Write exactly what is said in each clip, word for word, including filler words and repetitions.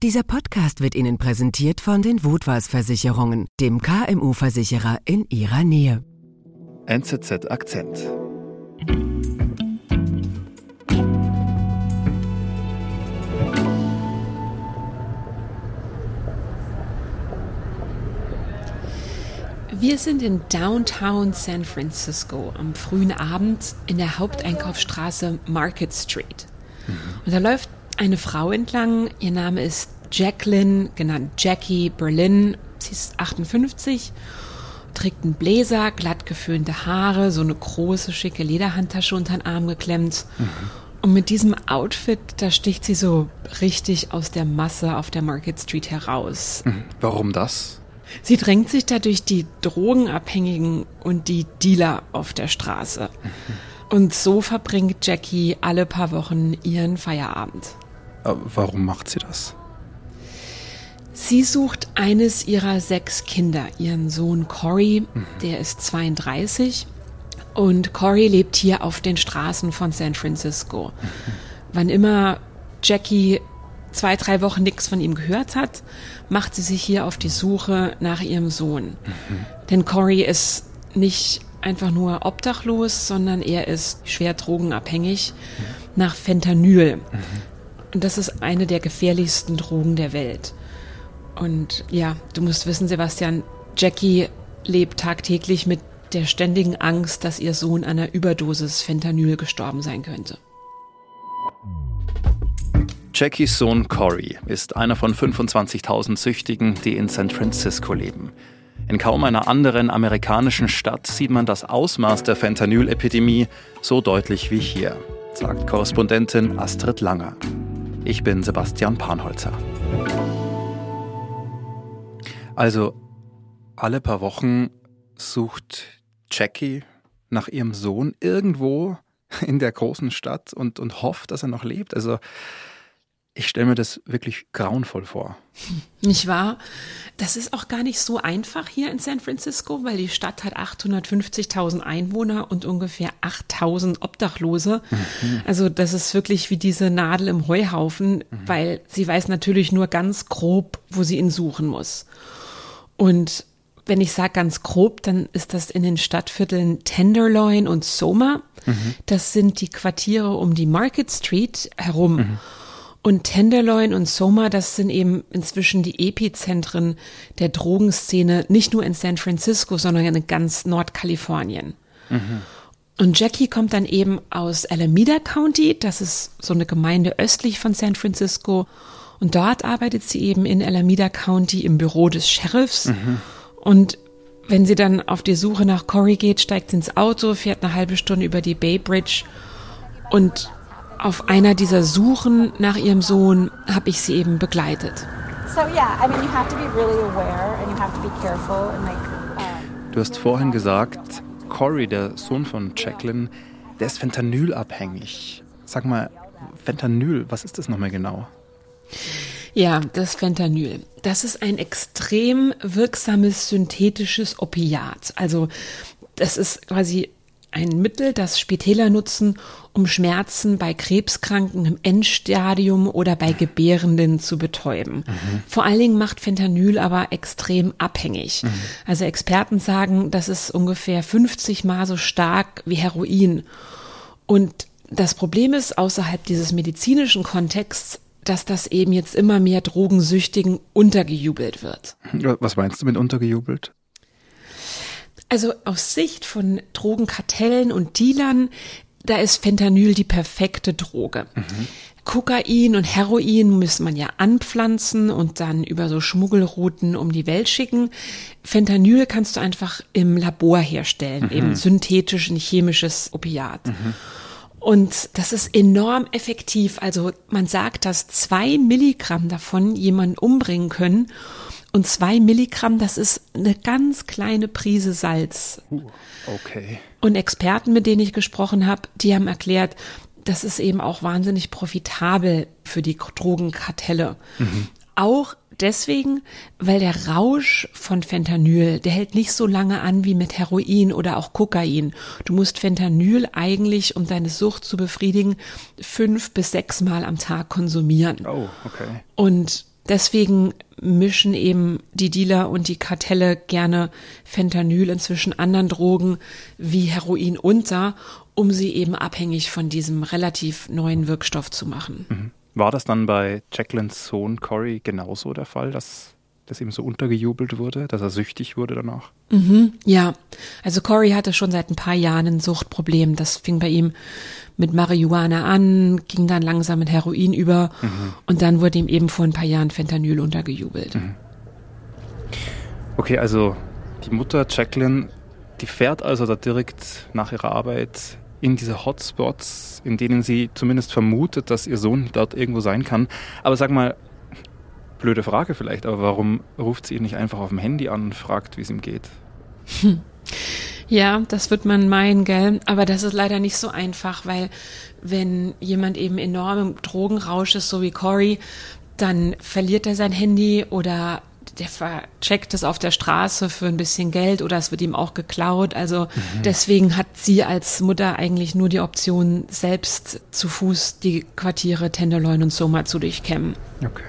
Dieser Podcast wird Ihnen präsentiert von den Vodwas-Versicherungen, dem K M U-Versicherer in Ihrer Nähe. N Z Z Akzent. Wir sind in Downtown San Francisco am frühen Abend in der Haupteinkaufsstraße Market Street. Mhm. Und da läuft eine Frau entlang, ihr Name ist Jacqueline, genannt Jackie Berlin. Sie ist achtundfünfzig, trägt einen Bläser, glatt geföhnte Haare, so eine große, schicke Lederhandtasche unter den Arm geklemmt. Mhm. Und mit diesem Outfit, da sticht sie so richtig aus der Masse auf der Market Street heraus. Mhm. Warum das? Sie drängt sich da durch die Drogenabhängigen und die Dealer auf der Straße. Mhm. Und so verbringt Jackie alle paar Wochen ihren Feierabend. Warum macht sie das? Sie sucht eines ihrer sechs Kinder, ihren Sohn Corey, mhm. der ist zweiunddreißig. Und Corey lebt hier auf den Straßen von San Francisco. Mhm. Wann immer Jackie zwei, drei Wochen nichts von ihm gehört hat, macht sie sich hier auf die Suche nach ihrem Sohn. Mhm. Denn Corey ist nicht einfach nur obdachlos, sondern er ist schwer drogenabhängig mhm. nach Fentanyl. Mhm. Und das ist eine der gefährlichsten Drogen der Welt. Und ja, du musst wissen, Sebastian, Jackie lebt tagtäglich mit der ständigen Angst, dass ihr Sohn an einer Überdosis Fentanyl gestorben sein könnte. Jackies Sohn Corey ist einer von fünfundzwanzigtausend Süchtigen, die in San Francisco leben. In kaum einer anderen amerikanischen Stadt sieht man das Ausmaß der Fentanyl-Epidemie so deutlich wie hier, sagt Korrespondentin Astrid Langer. Ich bin Sebastian Panholzer. Also, alle paar Wochen sucht Jackie nach ihrem Sohn irgendwo in der großen Stadt und, und hofft, dass er noch lebt. Also, ich stelle mir das wirklich grauenvoll vor. Nicht wahr? Das ist auch gar nicht so einfach hier in San Francisco, weil die Stadt hat achthundertfünfzigtausend Einwohner und ungefähr achttausend Obdachlose. Mhm. Also das ist wirklich wie diese Nadel im Heuhaufen, mhm. weil sie weiß natürlich nur ganz grob, wo sie ihn suchen muss. Und wenn ich sage ganz grob, dann ist das in den Stadtvierteln Tenderloin und Soma. Mhm. Das sind die Quartiere um die Market Street herum. Mhm. Und Tenderloin und Soma, das sind eben inzwischen die Epizentren der Drogenszene, nicht nur in San Francisco, sondern in ganz Nordkalifornien. Mhm. Und Jackie kommt dann eben aus Alameda County, das ist so eine Gemeinde östlich von San Francisco. Und dort arbeitet sie eben in Alameda County im Büro des Sheriffs. Mhm. Und wenn sie dann auf die Suche nach Corey geht, steigt sie ins Auto, fährt eine halbe Stunde über die Bay Bridge und auf einer dieser Suchen nach ihrem Sohn habe ich sie eben begleitet. Du hast vorhin gesagt, Corey, der Sohn von Jacqueline, der ist Fentanylabhängig. Sag mal, Fentanyl, was ist das nochmal genau? Ja, das Fentanyl. Das ist ein extrem wirksames synthetisches Opiat. Also das ist quasi ein Mittel, das Spitäler nutzen, um Schmerzen bei Krebskranken im Endstadium oder bei Gebärenden zu betäuben. Mhm. Vor allen Dingen macht Fentanyl aber extrem abhängig. Mhm. Also Experten sagen, das ist ungefähr fünfzig Mal so stark wie Heroin. Und das Problem ist, außerhalb dieses medizinischen Kontexts, dass das eben jetzt immer mehr Drogensüchtigen untergejubelt wird. Was meinst du mit untergejubelt? Also aus Sicht von Drogenkartellen und Dealern, da ist Fentanyl die perfekte Droge. Mhm. Kokain und Heroin muss man ja anpflanzen und dann über so Schmuggelrouten um die Welt schicken. Fentanyl kannst du einfach im Labor herstellen, mhm. eben synthetisch, ein chemisches Opiat. Mhm. Und das ist enorm effektiv. Also man sagt, dass zwei Milligramm davon jemanden umbringen können. Und zwei Milligramm, das ist eine ganz kleine Prise Salz. Uh, okay. Und Experten, mit denen ich gesprochen habe, die haben erklärt, das ist eben auch wahnsinnig profitabel für die Drogenkartelle. Mhm. Auch deswegen, weil der Rausch von Fentanyl, der hält nicht so lange an wie mit Heroin oder auch Kokain. Du musst Fentanyl eigentlich, um deine Sucht zu befriedigen, fünf bis sechs Mal am Tag konsumieren. Oh, okay. Und deswegen mischen eben die Dealer und die Kartelle gerne Fentanyl inzwischen anderen Drogen wie Heroin unter, um sie eben abhängig von diesem relativ neuen Wirkstoff zu machen. Mhm. War das dann bei Jacquelines Sohn Corey genauso der Fall, dass das ihm so untergejubelt wurde, dass er süchtig wurde danach? Mhm, ja, also Corey hatte schon seit ein paar Jahren ein Suchtproblem. Das fing bei ihm mit Marihuana an, ging dann langsam mit Heroin über mhm. und dann wurde ihm eben vor ein paar Jahren Fentanyl untergejubelt. Mhm. Okay, also die Mutter Jacqueline, die fährt also da direkt nach ihrer Arbeit in diese Hotspots, in denen sie zumindest vermutet, dass ihr Sohn dort irgendwo sein kann. Aber sag mal, blöde Frage vielleicht, aber warum ruft sie ihn nicht einfach auf dem Handy an und fragt, wie es ihm geht? Hm. Ja, das wird man meinen, gell? Aber das ist leider nicht so einfach, weil wenn jemand eben enorm im Drogenrausch ist, so wie Corey, dann verliert er sein Handy oder der vercheckt es auf der Straße für ein bisschen Geld oder es wird ihm auch geklaut. Also mhm. deswegen hat sie als Mutter eigentlich nur die Option, selbst zu Fuß die Quartiere Tenderloin und Soma zu durchkämmen. Okay.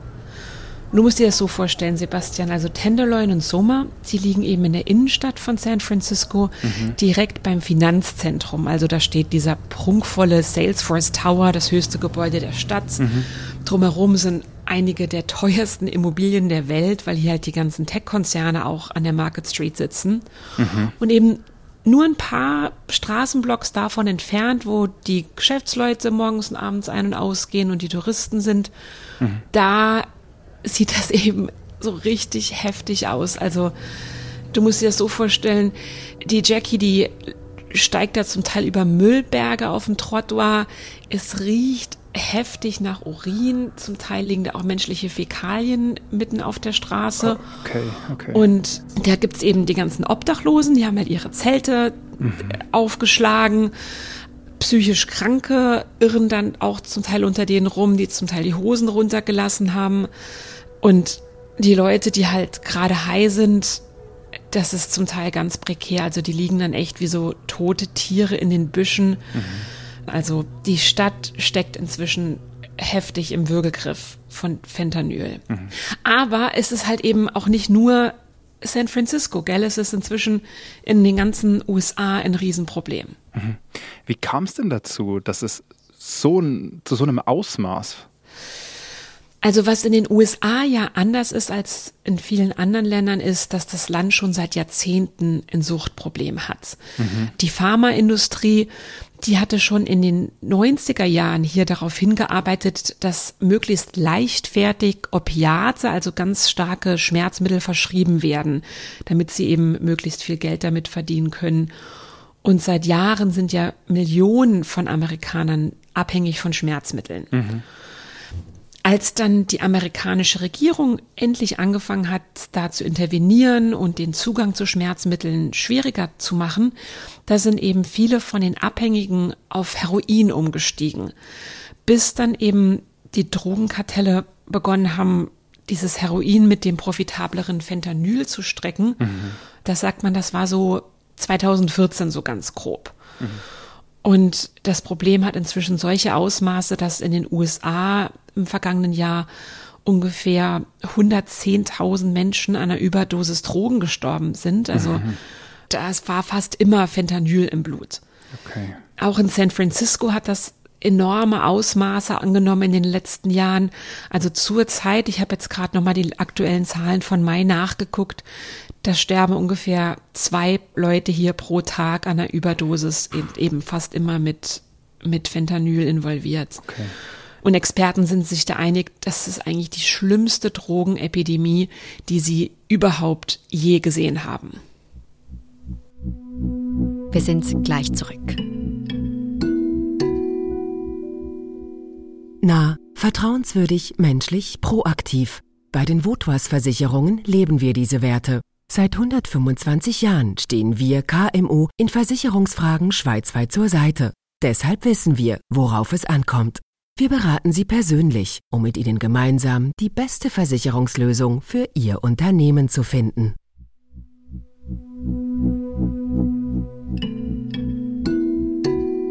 Du musst dir das so vorstellen, Sebastian, also Tenderloin und Soma, die liegen eben in der Innenstadt von San Francisco, mhm. direkt beim Finanzzentrum. Also da steht dieser prunkvolle Salesforce Tower, das höchste Gebäude der Stadt. Mhm. Drumherum sind einige der teuersten Immobilien der Welt, weil hier halt die ganzen Tech-Konzerne auch an der Market Street sitzen. Mhm. Und eben nur ein paar Straßenblocks davon entfernt, wo die Geschäftsleute morgens und abends ein- und ausgehen und die Touristen sind, mhm. da sieht das eben so richtig heftig aus. Also du musst dir das so vorstellen, die Jackie, die steigt da zum Teil über Müllberge auf dem Trottoir. Es riecht heftig nach Urin. Zum Teil liegen da auch menschliche Fäkalien mitten auf der Straße. Okay, okay. Und da gibt's eben die ganzen Obdachlosen, die haben halt ihre Zelte mhm. aufgeschlagen. Psychisch Kranke irren dann auch zum Teil unter denen rum, die zum Teil die Hosen runtergelassen haben. Und die Leute, die halt gerade high sind, das ist zum Teil ganz prekär. Also die liegen dann echt wie so tote Tiere in den Büschen. Mhm. Also die Stadt steckt inzwischen heftig im Würgegriff von Fentanyl. Mhm. Aber es ist halt eben auch nicht nur San Francisco, gell? Es ist inzwischen in den ganzen U S A ein Riesenproblem. Mhm. Wie kam es denn dazu, dass es so ein, zu so einem Ausmaß? Also was in den U S A ja anders ist als in vielen anderen Ländern ist, dass das Land schon seit Jahrzehnten ein Suchtproblem hat. Mhm. Die Pharmaindustrie, die hatte schon in den neunziger Jahren hier darauf hingearbeitet, dass möglichst leichtfertig Opiate, also ganz starke Schmerzmittel verschrieben werden, damit sie eben möglichst viel Geld damit verdienen können. Und seit Jahren sind ja Millionen von Amerikanern abhängig von Schmerzmitteln. Mhm. Als dann die amerikanische Regierung endlich angefangen hat, da zu intervenieren und den Zugang zu Schmerzmitteln schwieriger zu machen, da sind eben viele von den Abhängigen auf Heroin umgestiegen, bis dann eben die Drogenkartelle begonnen haben, dieses Heroin mit dem profitableren Fentanyl zu strecken. Mhm. Das sagt man, das war so zweitausendvierzehn so ganz grob. Mhm. Und das Problem hat inzwischen solche Ausmaße, dass in den U S A im vergangenen Jahr ungefähr hundertzehntausend Menschen an einer Überdosis Drogen gestorben sind. Also mhm. das war fast immer Fentanyl im Blut. Okay. Auch in San Francisco hat das enorme Ausmaße angenommen in den letzten Jahren. Also zur Zeit, ich habe jetzt gerade nochmal die aktuellen Zahlen von Mai nachgeguckt, da sterben ungefähr zwei Leute hier pro Tag an einer Überdosis, eben fast immer mit, mit Fentanyl involviert. Okay. Und Experten sind sich da einig, das ist eigentlich die schlimmste Drogenepidemie, die sie überhaupt je gesehen haben. Wir sind gleich zurück. Nah, vertrauenswürdig, menschlich, proaktiv. Bei den Vodwas-Versicherungen leben wir diese Werte. Seit hundertfünfundzwanzig Jahren stehen wir K M U in Versicherungsfragen schweizweit zur Seite. Deshalb wissen wir, worauf es ankommt. Wir beraten Sie persönlich, um mit Ihnen gemeinsam die beste Versicherungslösung für Ihr Unternehmen zu finden.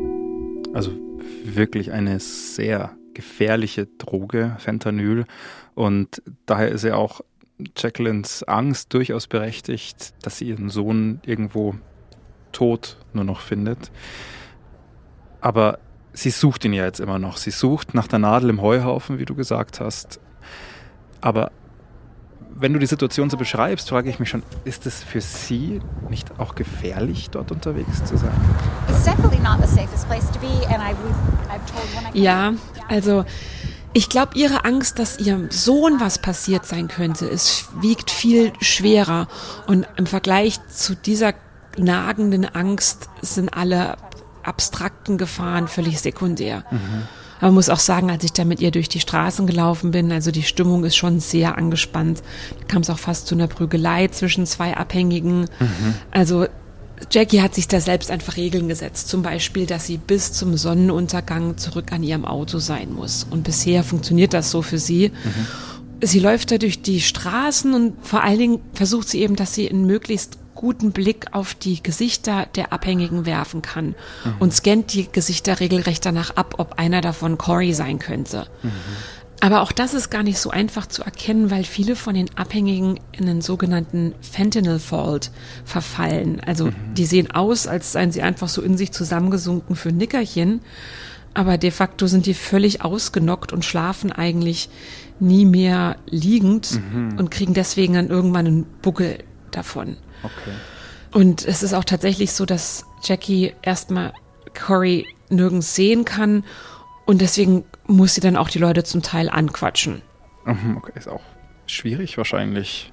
Also wirklich eine sehr gefährliche Droge, Fentanyl. Und daher ist ja auch Jacquelines Angst durchaus berechtigt, dass sie ihren Sohn irgendwo tot nur noch findet. Aber sie sucht ihn ja jetzt immer noch. Sie sucht nach der Nadel im Heuhaufen, wie du gesagt hast. Aber wenn du die Situation so beschreibst, frage ich mich schon, ist es für sie nicht auch gefährlich, dort unterwegs zu sein? Ja, also ich glaube, ihre Angst, dass ihrem Sohn was passiert sein könnte, es wiegt viel schwerer. Und im Vergleich zu dieser nagenden Angst sind alle abstrakten Gefahren völlig sekundär. Mhm. Aber man muss auch sagen, als ich da mit ihr durch die Straßen gelaufen bin, also die Stimmung ist schon sehr angespannt. Da kam es auch fast zu einer Prügelei zwischen zwei Abhängigen. Mhm. Also Jackie hat sich da selbst einfach Regeln gesetzt. Zum Beispiel, dass sie bis zum Sonnenuntergang zurück an ihrem Auto sein muss. Und bisher funktioniert das so für sie. Mhm. Sie läuft da durch die Straßen und vor allen Dingen versucht sie eben, dass sie einen möglichst guten Blick auf die Gesichter der Abhängigen werfen kann. Mhm. Und scannt die Gesichter regelrecht danach ab, ob einer davon Corey sein könnte. Mhm. Aber auch das ist gar nicht so einfach zu erkennen, weil viele von den Abhängigen in den sogenannten Fentanyl Fault verfallen. Also mhm. die sehen aus, als seien sie einfach so in sich zusammengesunken für ein Nickerchen. Aber de facto sind die völlig ausgenockt und schlafen eigentlich nie mehr liegend mhm. und kriegen deswegen dann irgendwann einen Buckel davon. Okay. Und es ist auch tatsächlich so, dass Jackie erstmal Corey nirgends sehen kann und deswegen muss sie dann auch die Leute zum Teil anquatschen. Okay, ist auch schwierig wahrscheinlich.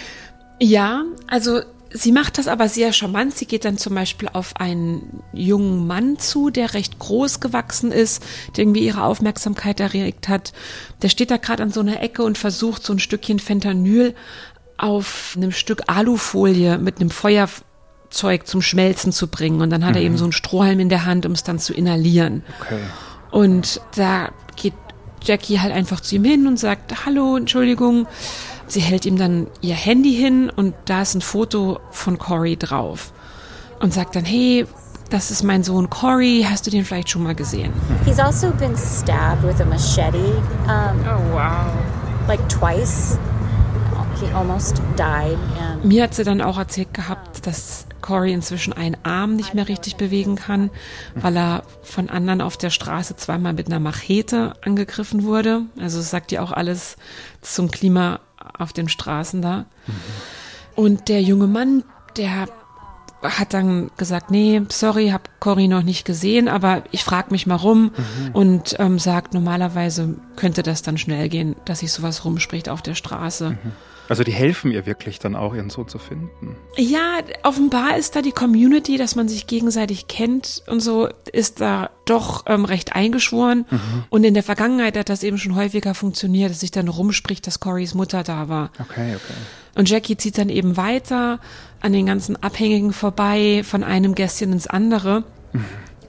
Ja, also sie macht das aber sehr charmant. Sie geht dann zum Beispiel auf einen jungen Mann zu, der recht groß gewachsen ist, der irgendwie ihre Aufmerksamkeit erregt hat. Der steht da gerade an so einer Ecke und versucht, so ein Stückchen Fentanyl auf einem Stück Alufolie mit einem Feuerzeug zum Schmelzen zu bringen. Und dann hat mhm. er eben so einen Strohhalm in der Hand, um es dann zu inhalieren. Okay. Und da geht Jackie halt einfach zu ihm hin und sagt, hallo, Entschuldigung. Sie hält ihm dann ihr Handy hin und da ist ein Foto von Corey drauf. Und sagt dann, hey, das ist mein Sohn Corey, hast du den vielleicht schon mal gesehen? He's also been stabbed with a machete. Um, oh, wow. Like twice. He almost died. And Mir hat sie dann auch erzählt gehabt, dass Corey inzwischen einen Arm nicht mehr richtig bewegen kann, weil er von anderen auf der Straße zweimal mit einer Machete angegriffen wurde. Also das sagt ja auch alles zum Klima auf den Straßen da. Mhm. Und der junge Mann, der hat dann gesagt, nee, sorry, hab Corey noch nicht gesehen, aber ich frage mich mal rum mhm. und ähm, sagt, normalerweise könnte das dann schnell gehen, dass sich sowas rumspricht auf der Straße. Mhm. Also die helfen ihr wirklich dann auch, ihren Sohn zu finden? Ja, offenbar ist da die Community, dass man sich gegenseitig kennt und so, ist da doch ähm, recht eingeschworen. Mhm. Und in der Vergangenheit hat das eben schon häufiger funktioniert, dass sich dann rumspricht, dass Corys Mutter da war. Okay, okay. Und Jackie zieht dann eben weiter an den ganzen Abhängigen vorbei, von einem Gästchen ins andere. Mhm.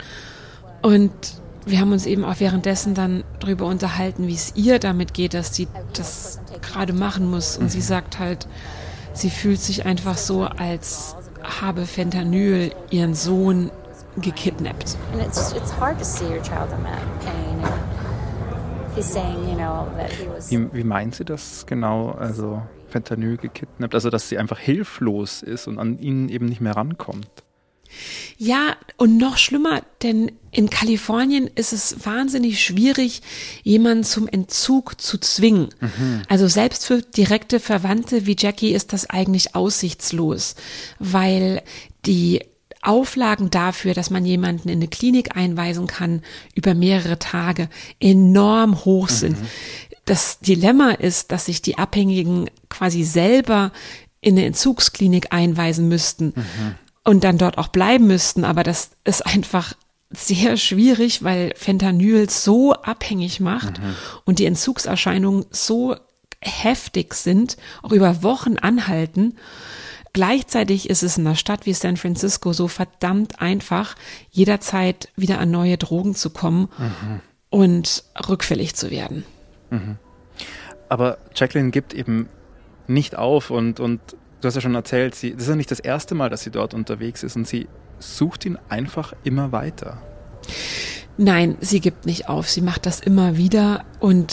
Und wir haben uns eben auch währenddessen dann drüber unterhalten, wie es ihr damit geht, dass sie das gerade machen muss. Und mhm. sie sagt halt, sie fühlt sich einfach so, als habe Fentanyl ihren Sohn gekidnappt. And it's it's hard to see your child in that pain. And he's saying, you know, that he was. Wie, wie meint sie das genau? Also Fentanyl gekidnappt, also dass sie einfach hilflos ist und an ihn eben nicht mehr rankommt. Ja, und noch schlimmer, denn in Kalifornien ist es wahnsinnig schwierig, jemanden zum Entzug zu zwingen. Mhm. Also selbst für direkte Verwandte wie Jackie ist das eigentlich aussichtslos, weil die Auflagen dafür, dass man jemanden in eine Klinik einweisen kann, über mehrere Tage enorm hoch sind. Mhm. Das Dilemma ist, dass sich die Abhängigen quasi selber in eine Entzugsklinik einweisen müssten. Mhm. Und dann dort auch bleiben müssten, aber das ist einfach sehr schwierig, weil Fentanyl so abhängig macht mhm. und die Entzugserscheinungen so heftig sind, auch über Wochen anhalten. Gleichzeitig ist es in einer Stadt wie San Francisco so verdammt einfach, jederzeit wieder an neue Drogen zu kommen mhm. und rückfällig zu werden. Mhm. Aber Jacqueline gibt eben nicht auf und, und du hast ja schon erzählt, sie, das ist ja nicht das erste Mal, dass sie dort unterwegs ist und sie sucht ihn einfach immer weiter. Nein, sie gibt nicht auf. Sie macht das immer wieder und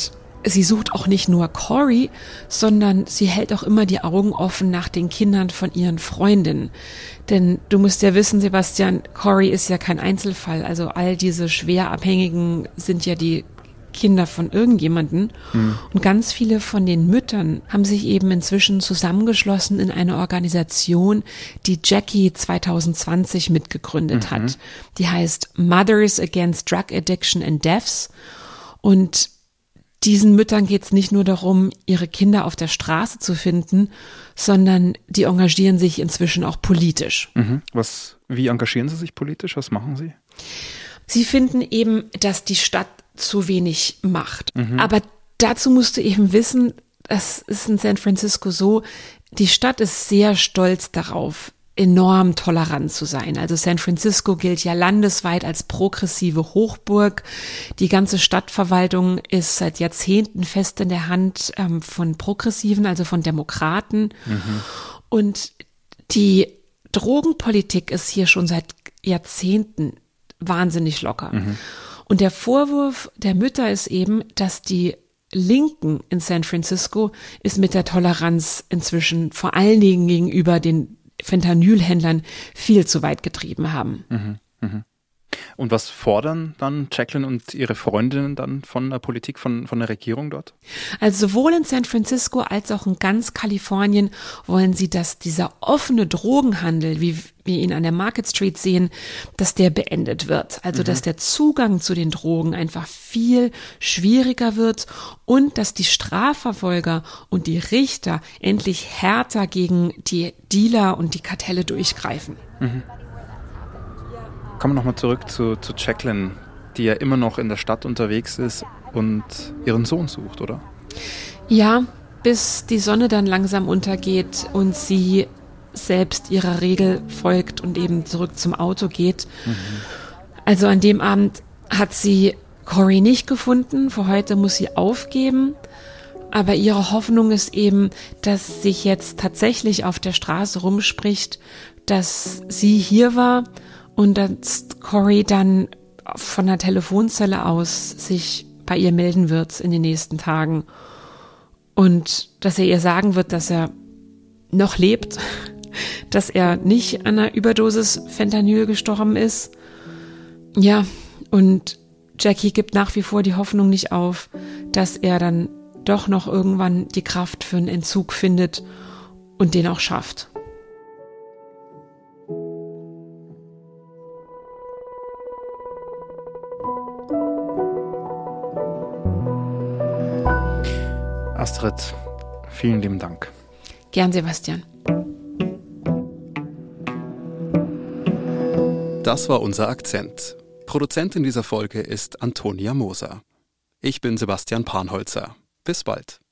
sie sucht auch nicht nur Corey, sondern sie hält auch immer die Augen offen nach den Kindern von ihren Freundinnen. Denn du musst ja wissen, Sebastian, Corey ist ja kein Einzelfall. Also all diese Schwerabhängigen sind ja die Kinder von irgendjemanden. Mhm. Und ganz viele von den Müttern haben sich eben inzwischen zusammengeschlossen in eine Organisation, die Jackie zwanzig zwanzig mitgegründet mhm. hat. Die heißt Mothers Against Drug Addiction and Deaths. Und diesen Müttern geht es nicht nur darum, ihre Kinder auf der Straße zu finden, sondern die engagieren sich inzwischen auch politisch. Mhm. Was, wie engagieren sie sich politisch? Was machen sie? Sie finden eben, dass die Stadt zu wenig macht. Mhm. Aber dazu musst du eben wissen, das ist in San Francisco so, die Stadt ist sehr stolz darauf, enorm tolerant zu sein. Also San Francisco gilt ja landesweit als progressive Hochburg. Die ganze Stadtverwaltung ist seit Jahrzehnten fest in der Hand ähm, von Progressiven, also von Demokraten. Mhm. Und die Drogenpolitik ist hier schon seit Jahrzehnten wahnsinnig locker. Mhm. Und der Vorwurf der Mütter ist eben, dass die Linken in San Francisco es mit der Toleranz inzwischen vor allen Dingen gegenüber den Fentanylhändlern viel zu weit getrieben haben. Mhm, mh. Und was fordern dann Jacqueline und ihre Freundinnen dann von der Politik, von, von der Regierung dort? Also sowohl in San Francisco als auch in ganz Kalifornien wollen sie, dass dieser offene Drogenhandel, wie wir ihn an der Market Street sehen, dass der beendet wird. Also mhm. dass der Zugang zu den Drogen einfach viel schwieriger wird und dass die Strafverfolger und die Richter endlich härter gegen die Dealer und die Kartelle durchgreifen. Mhm. Kommen wir nochmal zurück zu, zu Jacqueline, die ja immer noch in der Stadt unterwegs ist und ihren Sohn sucht, oder? Ja, bis die Sonne dann langsam untergeht und sie selbst ihrer Regel folgt und eben zurück zum Auto geht. Mhm. Also an dem Abend hat sie Corey nicht gefunden. Für heute muss sie aufgeben. Aber ihre Hoffnung ist eben, dass sich jetzt tatsächlich auf der Straße rumspricht, dass sie hier war und dass Corey dann von der Telefonzelle aus sich bei ihr melden wird in den nächsten Tagen. Und dass er ihr sagen wird, dass er noch lebt, dass er nicht an einer Überdosis Fentanyl gestorben ist. Ja, und Jackie gibt nach wie vor die Hoffnung nicht auf, dass er dann doch noch irgendwann die Kraft für einen Entzug findet und den auch schafft. Astrid, vielen lieben Dank. Gern, Sebastian. Das war unser Akzent. Produzentin dieser Folge ist Antonia Moser. Ich bin Sebastian Panholzer. Bis bald.